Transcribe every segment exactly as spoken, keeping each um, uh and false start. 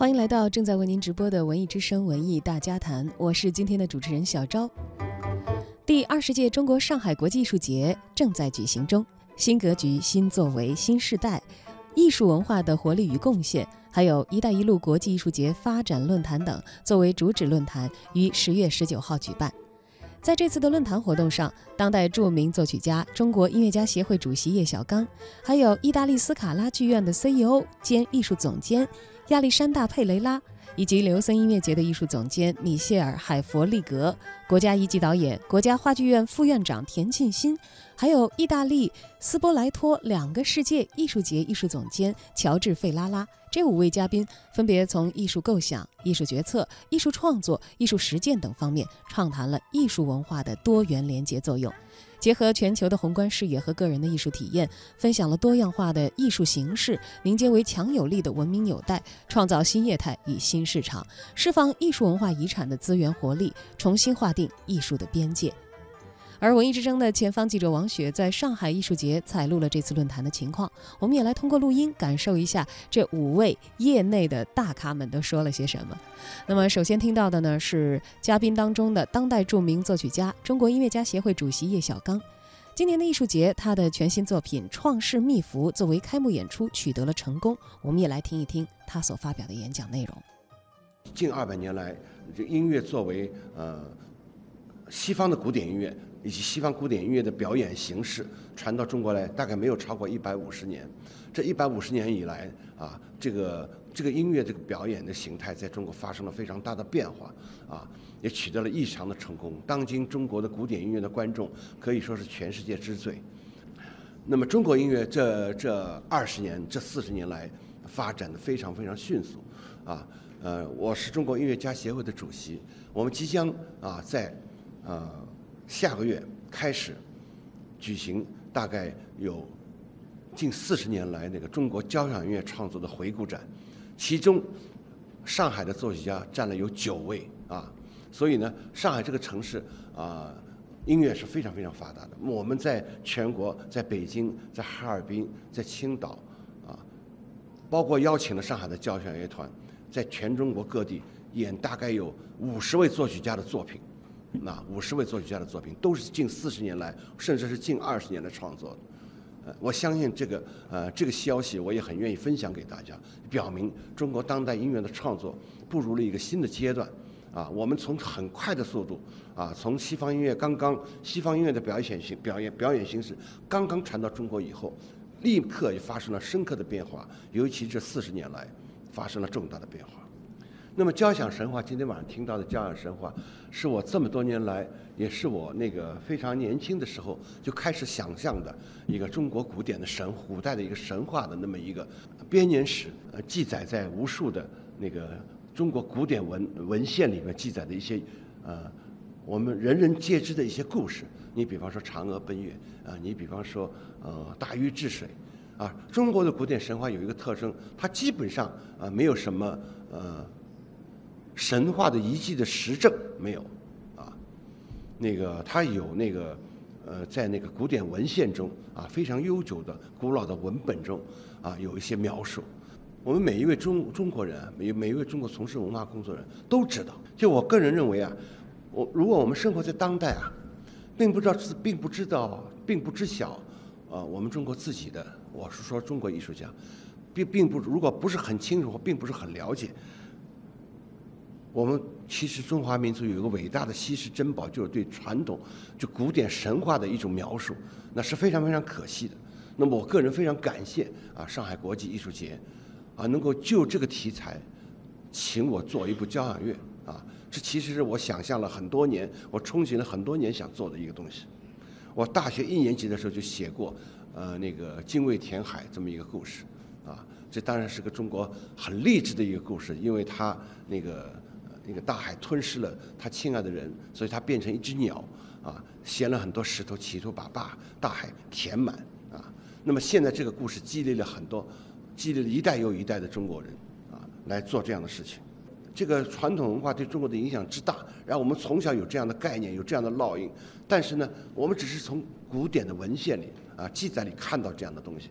欢迎来到正在为您直播的文艺之声文艺大家谈，我是今天的主持人小昭。第二十届中国上海国际艺术节正在举行中，新格局、新作为、新时代，艺术文化的活力与贡献，还有“一带一路”国际艺术节发展论坛等作为主旨论坛，于十月十九号举办。在这次的论坛活动上，当代著名作曲家、中国音乐家协会主席叶小刚，还有意大利斯卡拉剧院的 C E O 兼艺术总监亚历山大·佩雷拉，以及刘森音乐节的艺术总监米歇尔·海佛利格、国家一级导演、国家话剧院副院长田沁鑫，还有意大利斯波莱托两个世界艺术节艺术总监乔治·费拉拉，这五位嘉宾分别从艺术构想、艺术决策、艺术创作、艺术实践等方面畅谈了艺术文化的多元连结作用，结合全球的宏观视野和个人的艺术体验，分享了多样化的艺术形式，凝结为强有力的文明纽带，创造新业态与新市场，释放艺术文化遗产的资源活力，重新划定艺术的边界。而文艺之声的前方记者王雪在上海艺术节采录了这次论坛的情况，我们也来通过录音感受一下这五位业内的大咖们都说了些什么。那么首先听到的呢是嘉宾当中的当代著名作曲家、中国音乐家协会主席叶小刚。今年的艺术节，他的全新作品《创世秘符》作为开幕演出取得了成功，我们也来听一听他所发表的演讲内容。 近二百年来，这音乐作为呃西方的古典音乐以及西方古典音乐的表演形式传到中国来，大概没有超过一百五十年。这一百五十年以来啊，这个这个音乐这个表演的形态在中国发生了非常大的变化啊，也取得了异常的成功。当今中国的古典音乐的观众可以说是全世界之最。那么中国音乐这这二十年、这四十年来发展的非常非常迅速啊。呃，我是中国音乐家协会的主席，我们即将啊在呃下个月开始举行大概有近四十年来那个中国交响乐创作的回顾展，其中上海的作曲家占了有九位啊，所以呢，上海这个城市啊，音乐是非常非常发达的。我们在全国，在北京，在哈尔滨，在青岛啊，包括邀请了上海的交响乐团，在全中国各地演大概有五十位作曲家的作品。那五十位作曲家的作品都是近四十年来，甚至是近二十年来创作的。呃，我相信这个呃这个消息，我也很愿意分享给大家，表明中国当代音乐的创作步入了一个新的阶段。啊，我们从很快的速度啊，从西方音乐刚刚西方音乐的表演形表演表演形式刚刚传到中国以后，立刻也发生了深刻的变化，尤其这四十年来发生了重大的变化。那么交响神话，今天晚上听到的交响神话，是我这么多年来，也是我那个非常年轻的时候就开始想象的一个中国古典的神古代的一个神话的那么一个编年史，呃，记载在无数的那个中国古典文文献里面记载的一些呃我们人人皆知的一些故事。你比方说嫦娥奔月啊，你比方说呃大禹治水啊，中国的古典神话有一个特征，它基本上啊没有什么呃。神话的遗迹的实证没有，啊，那个它有那个呃，在那个古典文献中啊，非常悠久的古老的文本中啊，有一些描述。我们每一位中中国人，每每一位中国从事文化工作人都知道。就我个人认为啊，我如果我们生活在当代啊，并不知道并不知道并不知晓啊，我们中国自己的，我是说中国艺术家，并并不如果不是很清楚或并不是很了解。我们其实中华民族有一个伟大的稀世珍宝，就是对传统就古典神话的一种描述，那是非常非常可惜的。那么我个人非常感谢啊上海国际艺术节啊能够就这个题材请我做一部交响乐啊，这其实是我想象了很多年，我憧憬了很多年想做的一个东西。我大学一年级的时候就写过呃那个精卫填海这么一个故事啊，这当然是个中国很励志的一个故事，因为它那个。那个大海吞噬了他亲爱的人，所以他变成一只鸟啊，衔了很多石头，企图把大大海填满啊。那么现在这个故事激励了很多，激励了一代又一代的中国人啊，来做这样的事情。这个传统文化对中国的影响之大，然后我们从小有这样的概念，有这样的烙印，但是呢，我们只是从古典的文献里啊记载里看到这样的东西，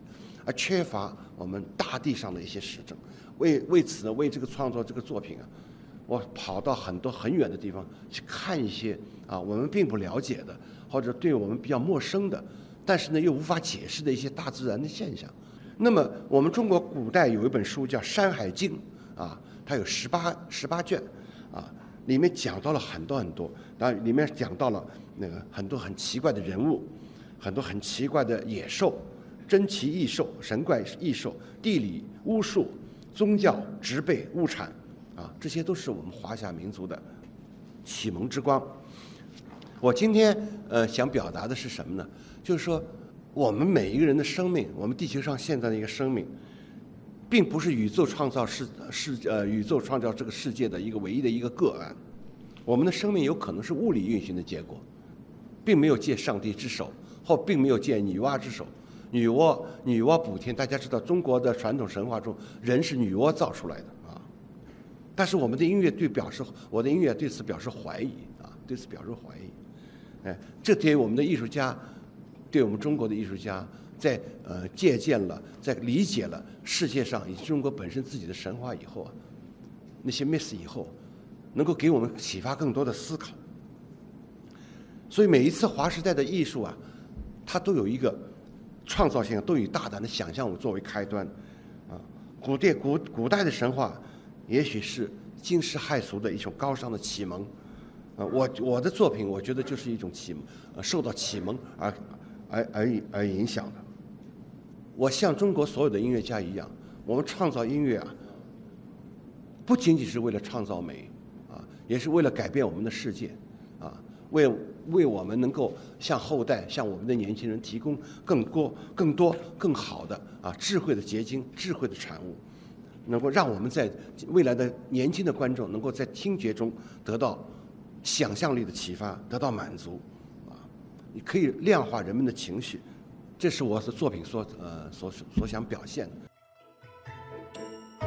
而缺乏我们大地上的一些实证。为为此呢，为这个创作这个作品啊，我跑到很多很远的地方去看一些啊我们并不了解的，或者对我们比较陌生的，但是呢又无法解释的一些大自然的现象。那么我们中国古代有一本书叫《山海经》啊，它有十八十八卷啊，里面讲到了很多很多，当然里面讲到了那个很多很奇怪的人物，很多很奇怪的野兽、珍奇异兽、神怪异兽、地理、巫术、宗教、植被、物产啊，这些都是我们华夏民族的启蒙之光。我今天呃想表达的是什么呢？就是说，我们每一个人的生命，我们地球上现在的一个生命，并不是宇宙创造世世呃宇宙创造这个世界的一个唯一的一个个案。我们的生命有可能是物理运行的结果，并没有借上帝之手，或并没有借女娲之手。女娲女娲补天，大家知道中国的传统神话中，人是女娲造出来的啊。但是我们的音乐对表示，我的音乐对此表示怀疑啊，对此表示怀疑。哎，这对我们的艺术家，对我们中国的艺术家，在呃借鉴了，在理解了世界上以及中国本身自己的神话以后啊，那些 myth 以后，能够给我们启发更多的思考。所以每一次划时代的艺术啊，它都有一个创造性，都以大胆的想象作为开端啊。古代古古代的神话，也许是惊世骇俗的一种高尚的启蒙。呃，我我的作品，我觉得就是一种启蒙，呃，受到启蒙而而而而影响的。我像中国所有的音乐家一样，我们创造音乐啊，不仅仅是为了创造美啊，也是为了改变我们的世界啊，为为我们能够向后代、向我们的年轻人提供更多、更多、更好的啊智慧的结晶、智慧的产物，能够让我们在未来的年轻的观众能够在听觉中得到想象力的启发，得到满足，啊，你可以量化人们的情绪，这是我的作品所呃所所想表现的。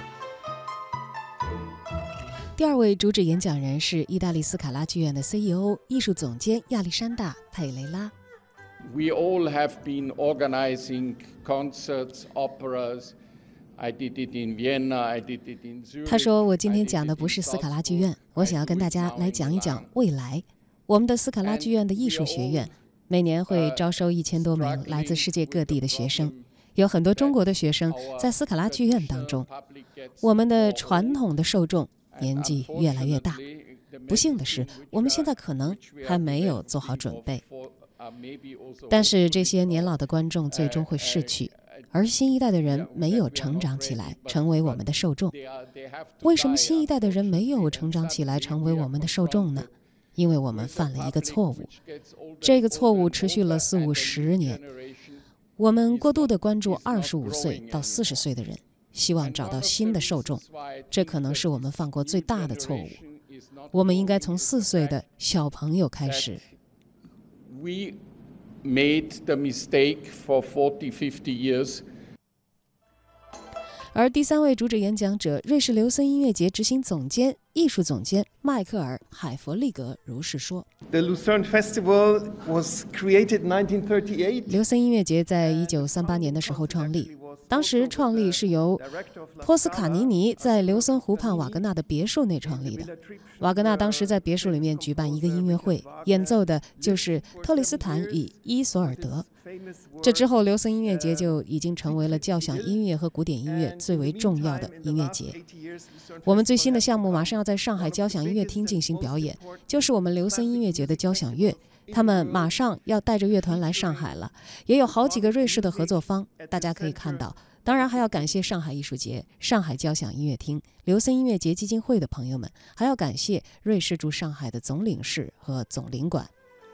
第二位主旨演讲人是意大利斯卡拉剧院的 C E O、艺术总监亚历山大·佩雷拉。 We all have been organizing concerts, operas. I did it in Vienna, I did it in Zurich. 他说：“我今天讲的不是斯卡拉剧院，我想要跟大家来讲一讲未来。我们的斯卡拉剧院的艺术学院每年会招收一千多名来自世界各地的学生，有很多中国的学生在斯卡拉剧院当中。我们的传统的受众年纪越来越大，不幸的是，我们现在可能还没有做好准备。但是这些年老的观众最终会逝去。”而新一代的人没有成长起来，成为我们的受众。为什么新一代的人没有成长起来，成为我们的受众呢？因为我们犯了一个错误，这个错误持续了四五十年。我们过度地关注二十五岁到四十岁的人，希望找到新的受众，这可能是我们犯过最大的错误。我们应该从四岁的小朋友开始。 made the mistake for forty, fifty years. 而第三位主旨演讲者，瑞士刘森音乐节执行总监、艺术总监迈克尔·海弗利格如是说 ：“The Lucerne Festival was created in nineteen thirty-eight. 刘森音乐节在一九三八年的时候创立。当时创立是由托斯卡尼尼在刘森湖畔瓦格纳的别墅内创立的。瓦格纳当时在别墅里面举办一个音乐会，演奏的就是特里斯坦与伊索尔德。这之后，刘森音乐节就已经成为了交响音乐和古典音乐最为重要的音乐节。我们最新的项目马上要在上海交响音乐厅进行表演，就是我们刘森音乐节的交响乐。他们马上要带着乐团来上海了，也有好几个瑞士的合作方，大家可以看到。当然还要感谢上海艺术节、上海交响音乐厅、刘森音乐节基金会的朋友们，还要感谢瑞士驻上海的总领事和总领馆。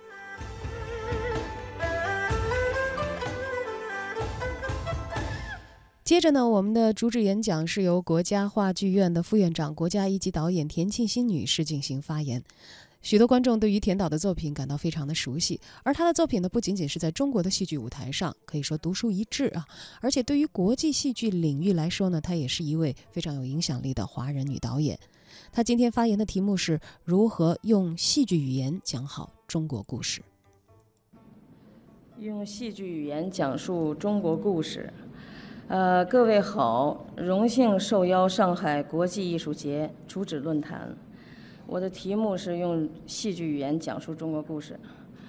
接着呢，我们的主旨演讲是由国家话剧院的副院长、国家一级导演田沁鑫女士进行发言。许多观众对于田导的作品感到非常的熟悉，而她的作品呢，不仅仅是在中国的戏剧舞台上可以说独树一帜啊，而且对于国际戏剧领域来说呢，她也是一位非常有影响力的华人女导演。她今天发言的题目是如何用戏剧语言讲好中国故事。 用戏剧语言讲述中国故事， 呃，各位好，荣幸受邀上海国际艺术节主旨论坛。我的题目是用戏剧语言讲述中国故事。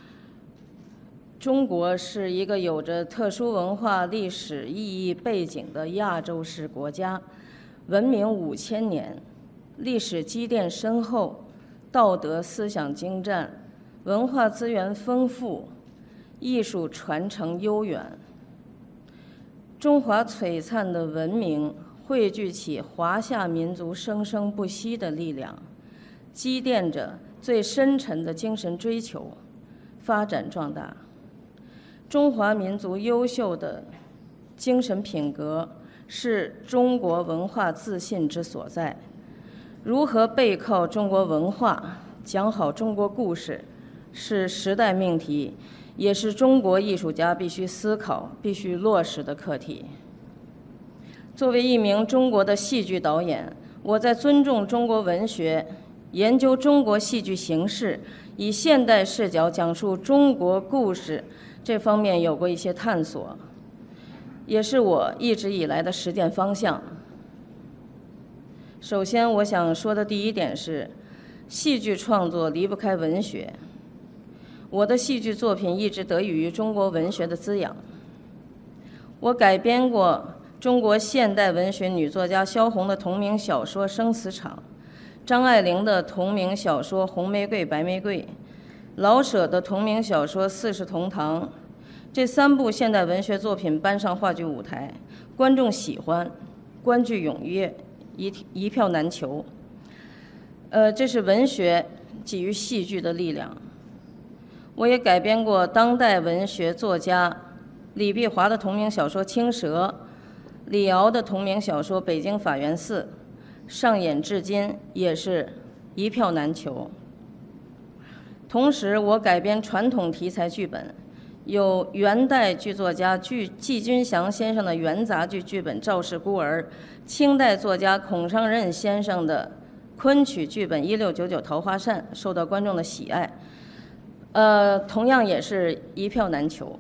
中国是一个有着特殊文化历史意义背景的亚洲式国家，文明五千年，历史积淀深厚，道德思想精湛，文化资源丰富，艺术传承悠远。中华璀璨的文明汇聚起华夏民族生生不息的力量，积淀着最深沉的精神追求，发展壮大。中华民族优秀的精神品格是中国文化自信之所在。如何背靠中国文化，讲好中国故事，是时代命题，也是中国艺术家必须思考、必须落实的课题。作为一名中国的戏剧导演，我在尊重中国文学、研究中国戏剧形式、以现代视角讲述中国故事这方面有过一些探索，也是我一直以来的实践方向。首先，我想说的第一点是，戏剧创作离不开文学。我的戏剧作品一直得益于中国文学的滋养。我改编过中国现代文学女作家萧红的同名小说《生死场》，张爱玲的同名小说《红玫瑰白玫瑰》，老舍的同名小说《四世同堂》。这三部现代文学作品搬上话剧舞台，观众喜欢，观剧踊跃，一一票难求。呃，这是文学给予戏剧的力量。我也改编过当代文学作家李碧华的同名小说《青蛇》，李敖的同名小说《北京法源寺》，上演至今也是一票难求。同时，我改编传统题材剧本，有元代剧作家季季君祥先生的元杂剧剧本《赵氏孤儿》，清代作家孔尚任先生的昆曲剧本《一六九九桃花扇》，受到观众的喜爱。呃，同样也是一票难求。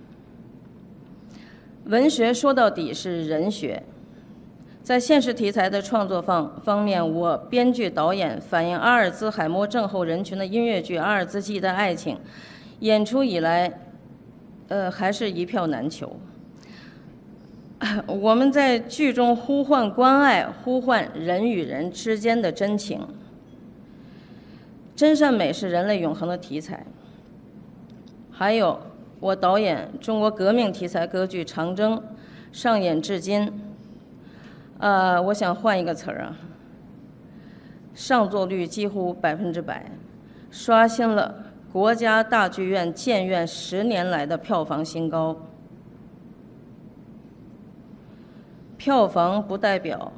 文学说到底是人学，在现实题材的创作方方面，我编剧导演反映阿尔兹海默症候人群的音乐剧《阿尔兹记的爱情》，演出以来，呃，还是一票难求。我们在剧中呼唤关爱，呼唤人与人之间的真情。真善美是人类永恒的题材。还有，我导演中国革命题材歌剧《长征》，上演至今。呃，我想换一个词儿啊，上座率几乎百分之百，刷新了国家大剧院建院十年来的票房新高。票房不代表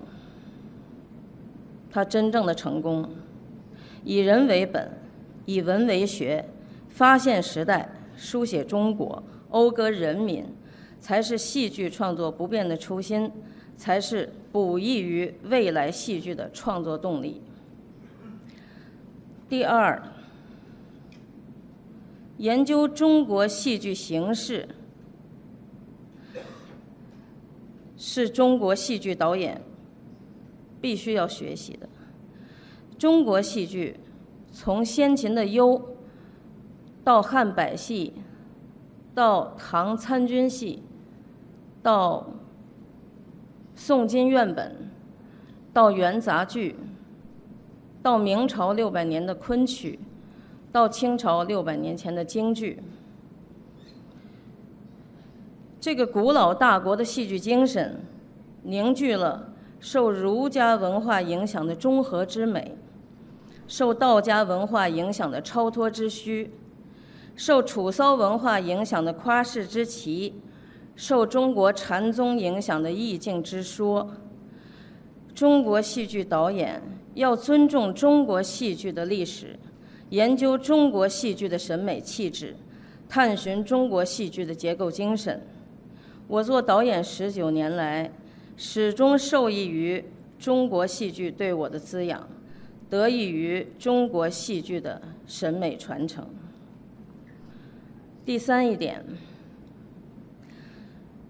它真正的成功。以人为本，以文为学，发现时代，书写中国，讴歌人民，才是戏剧创作不变的初心，才是补益于未来戏剧的创作动力。第二，研究中国戏剧形式是中国戏剧导演必须要学习的。中国戏剧从先秦的幽到汉百戏，到唐参军戏，到宋金院本，到元杂剧，到明朝六百年的昆曲，到清朝六百年前的京剧。这个古老大国的戏剧精神，凝聚了受儒家文化影响的中和之美，受道家文化影响的超脱之虚，受楚骚文化影响的夸饰之奇，受中国禅宗影响的意境之说。中国戏剧导演要尊重中国戏剧的历史，研究中国戏剧的审美气质，探寻中国戏剧的结构精神。我做导演十九年来，始终受益于中国戏剧对我的滋养，得益于中国戏剧的审美传承。第三一点，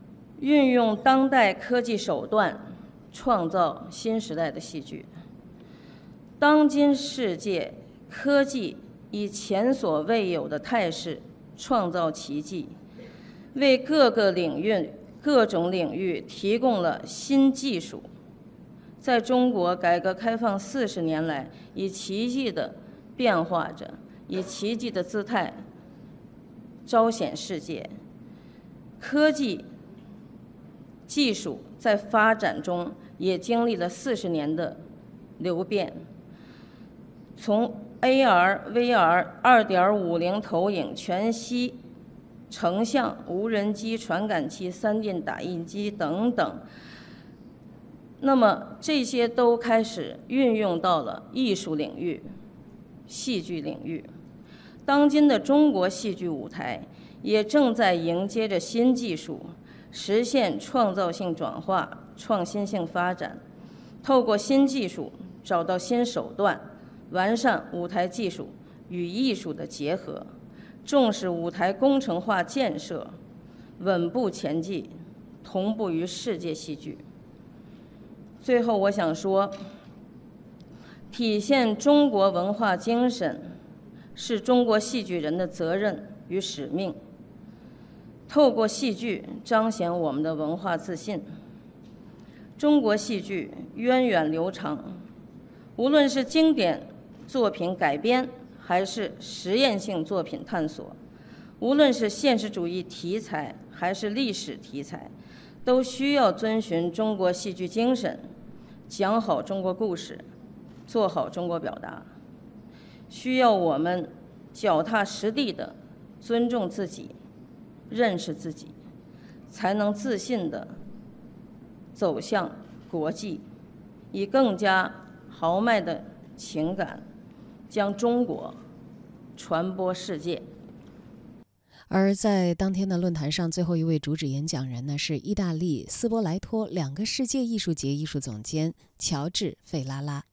运用当代科技手段创造新时代的戏剧。当今世界科技以前所未有的态势创造奇迹，为各个领域、各种领域提供了新技术。在中国改革开放四十年来，以奇迹的变化着，以奇迹的姿态彰显世界。科技技术在发展中也经历了四十年的流变，从 A R、V R、二点五零投影、全息成像、无人机、传感器、三 D 打印机等等，那么这些都开始运用到了艺术领域、戏剧领域。当今的中国戏剧舞台也正在迎接着新技术，实现创造性转化、创新性发展，透过新技术找到新手段，完善舞台技术与艺术的结合，重视舞台工程化建设，稳步前进，同步于世界戏剧。最后我想说，体现中国文化精神是中国戏剧人的责任与使命，透过戏剧彰显我们的文化自信。中国戏剧源远流长，无论是经典作品改编还是实验性作品探索，无论是现实主义题材还是历史题材，都需要遵循中国戏剧精神，讲好中国故事，做好中国表达。需要我们脚踏实地地尊重自己，认识自己，才能自信地走向国际，以更加豪迈的情感将中国传播世界。 而在当天的论坛上，最后一位主旨演讲人呢是意大利斯波莱托两个世界艺术节艺术总监乔治·费拉拉。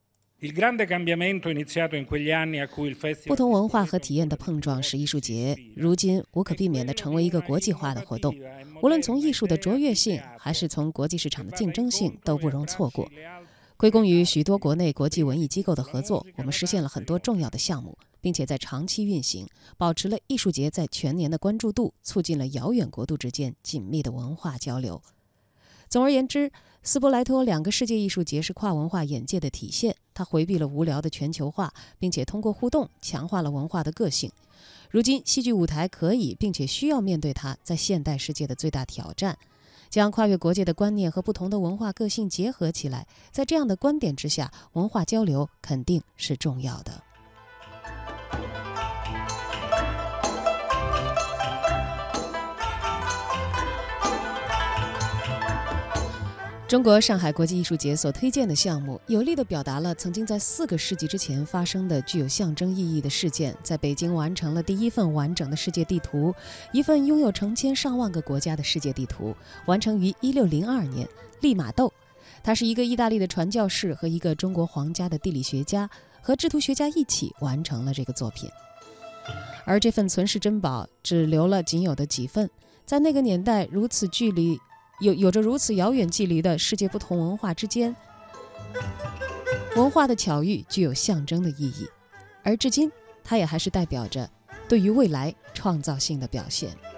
不同文化和体验的碰撞使艺术节如今无可避免地成为一个国际化的活动，无论从艺术的卓越性还是从国际市场的竞争性都不容错过。归功于许多国内国际文艺机构的合作，我们实现了很多重要的项目，并且在长期运行，保持了艺术节在全年的关注度，促进了遥远国度之间紧密的文化交流。总而言之，斯波莱托两个世界艺术节是跨文化眼界的体现，它回避了无聊的全球化，并且通过互动强化了文化的个性。如今戏剧舞台可以并且需要面对它在现代世界的最大挑战，将跨越国界的观念和不同的文化个性结合起来，在这样的观点之下，文化交流肯定是重要的。中国上海国际艺术节所推荐的项目，有力地表达了曾经在四个世纪之前发生的具有象征意义的事件。在北京完成了第一份完整的世界地图，一份拥有成千上万个国家的世界地图，完成于一六零二年。利玛窦，他是一个意大利的传教士和一个中国皇家的地理学家，和制图学家一起完成了这个作品。而这份存世珍宝只留了仅有的几份，在那个年代如此距离有有着如此遥远距离的世界不同文化之间，文化的巧遇具有象征的意义，而至今它也还是代表着对于未来创造性的表现。